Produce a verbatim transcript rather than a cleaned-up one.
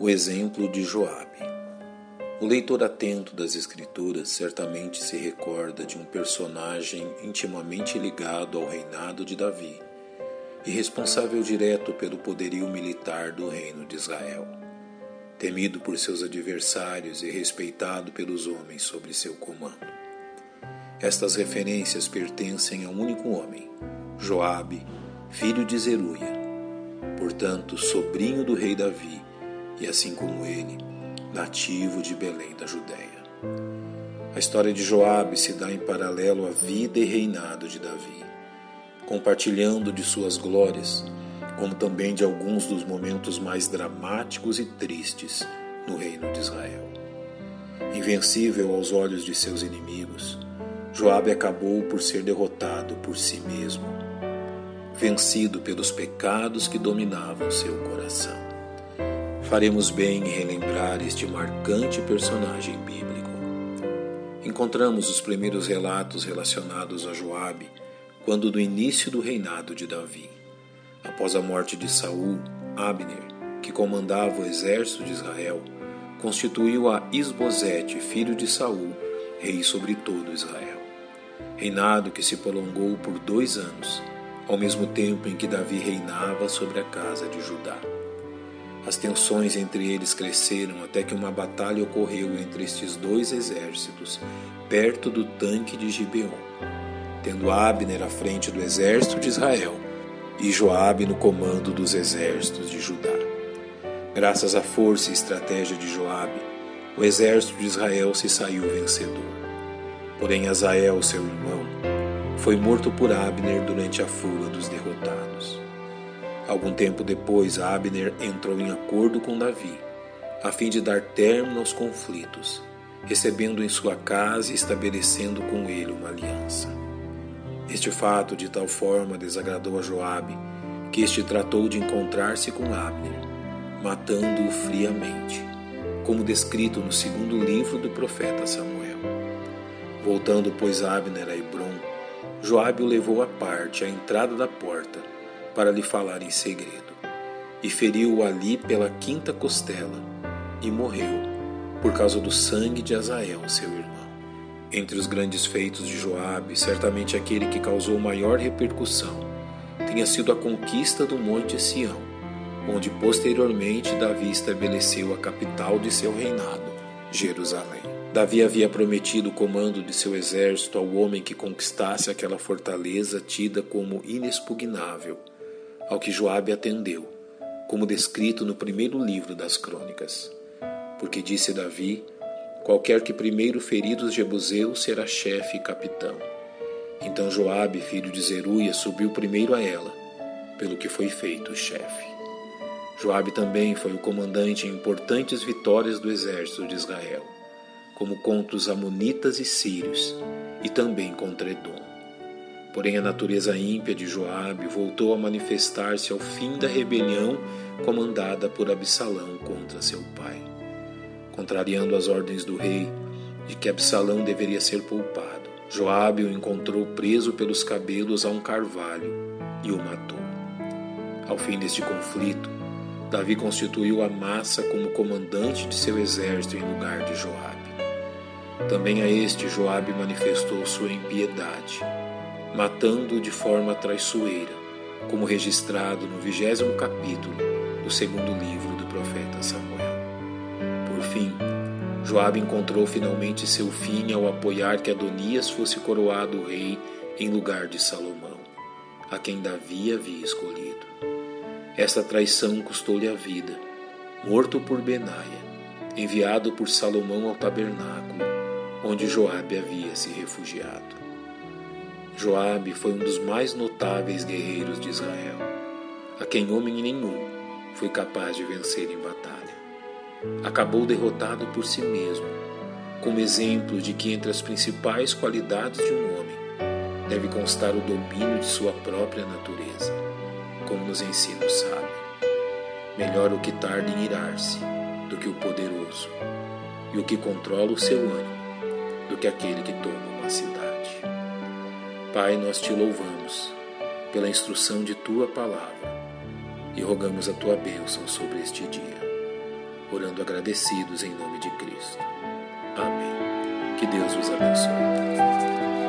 O exemplo de Joabe. O leitor atento das Escrituras certamente se recorda de um personagem intimamente ligado ao reinado de Davi e responsável direto pelo poderio militar do reino de Israel, temido por seus adversários e respeitado pelos homens sob seu comando. Estas referências pertencem a um único homem, Joabe, filho de Zeruia, portanto sobrinho do rei Davi, e assim como ele, nativo de Belém da Judéia. A história de Joabe se dá em paralelo à vida e reinado de Davi, compartilhando de suas glórias, como também de alguns dos momentos mais dramáticos e tristes no reino de Israel. Invencível aos olhos de seus inimigos, Joabe acabou por ser derrotado por si mesmo, vencido pelos pecados que dominavam seu coração. Faremos bem em relembrar este marcante personagem bíblico. Encontramos os primeiros relatos relacionados a Joabe quando do início do reinado de Davi. Após a morte de Saul, Abner, que comandava o exército de Israel, constituiu a Isbosete, filho de Saul, rei sobre todo Israel. Reinado que se prolongou por dois anos, ao mesmo tempo em que Davi reinava sobre a casa de Judá. As tensões entre eles cresceram até que uma batalha ocorreu entre estes dois exércitos, perto do tanque de Gibeon, tendo Abner à frente do exército de Israel e Joabe no comando dos exércitos de Judá. Graças à força e estratégia de Joabe, o exército de Israel se saiu vencedor. Porém, Azael, seu irmão, foi morto por Abner durante a fuga dos derrotados. Algum tempo depois, Abner entrou em acordo com Davi, a fim de dar término aos conflitos, recebendo em sua casa e estabelecendo com ele uma aliança. Este fato de tal forma desagradou a Joabe, que este tratou de encontrar-se com Abner, matando-o friamente, como descrito no segundo livro do profeta Samuel. Voltando, pois, Abner a Hebrom, Joabe o levou à parte à entrada da porta, para lhe falar em segredo, e feriu-o ali pela quinta costela, e morreu, por causa do sangue de Azael, seu irmão. Entre os grandes feitos de Joabe, certamente aquele que causou maior repercussão tenha sido a conquista do Monte Sião, onde posteriormente Davi estabeleceu a capital de seu reinado, Jerusalém. Davi havia prometido o comando de seu exército ao homem que conquistasse aquela fortaleza tida como inexpugnável, ao que Joabe atendeu, como descrito no primeiro livro das Crônicas. Porque disse Davi: qualquer que primeiro ferir os jebuseus será chefe e capitão. Então Joabe, filho de Zeruia, subiu primeiro a ela, pelo que foi feito chefe. Joabe também foi o comandante em importantes vitórias do exército de Israel, como contra os amonitas e sírios, e também contra Edom. Porém, a natureza ímpia de Joabe voltou a manifestar-se ao fim da rebelião comandada por Absalão contra seu pai, contrariando as ordens do rei de que Absalão deveria ser poupado. Joabe o encontrou preso pelos cabelos a um carvalho e o matou. Ao fim deste conflito, Davi constituiu Amassa como comandante de seu exército em lugar de Joabe. Também a este Joabe manifestou sua impiedade, matando-o de forma traiçoeira, como registrado no vigésimo capítulo do segundo livro do profeta Samuel. Por fim, Joabe encontrou finalmente seu fim ao apoiar que Adonias fosse coroado rei em lugar de Salomão, a quem Davi havia escolhido. Esta traição custou-lhe a vida, morto por Benaia, enviado por Salomão ao tabernáculo, onde Joabe havia se refugiado. Joabe foi um dos mais notáveis guerreiros de Israel, a quem homem nenhum foi capaz de vencer em batalha. Acabou derrotado por si mesmo, como exemplo de que entre as principais qualidades de um homem deve constar o domínio de sua própria natureza, como nos ensina o sábio. Melhor o que tarda em irar-se do que o poderoso, e o que controla o seu ânimo do que aquele que toma uma cidade. Pai, nós te louvamos pela instrução de tua palavra e rogamos a tua bênção sobre este dia. orando agradecidos em nome de Cristo. Amém. Que Deus vos abençoe.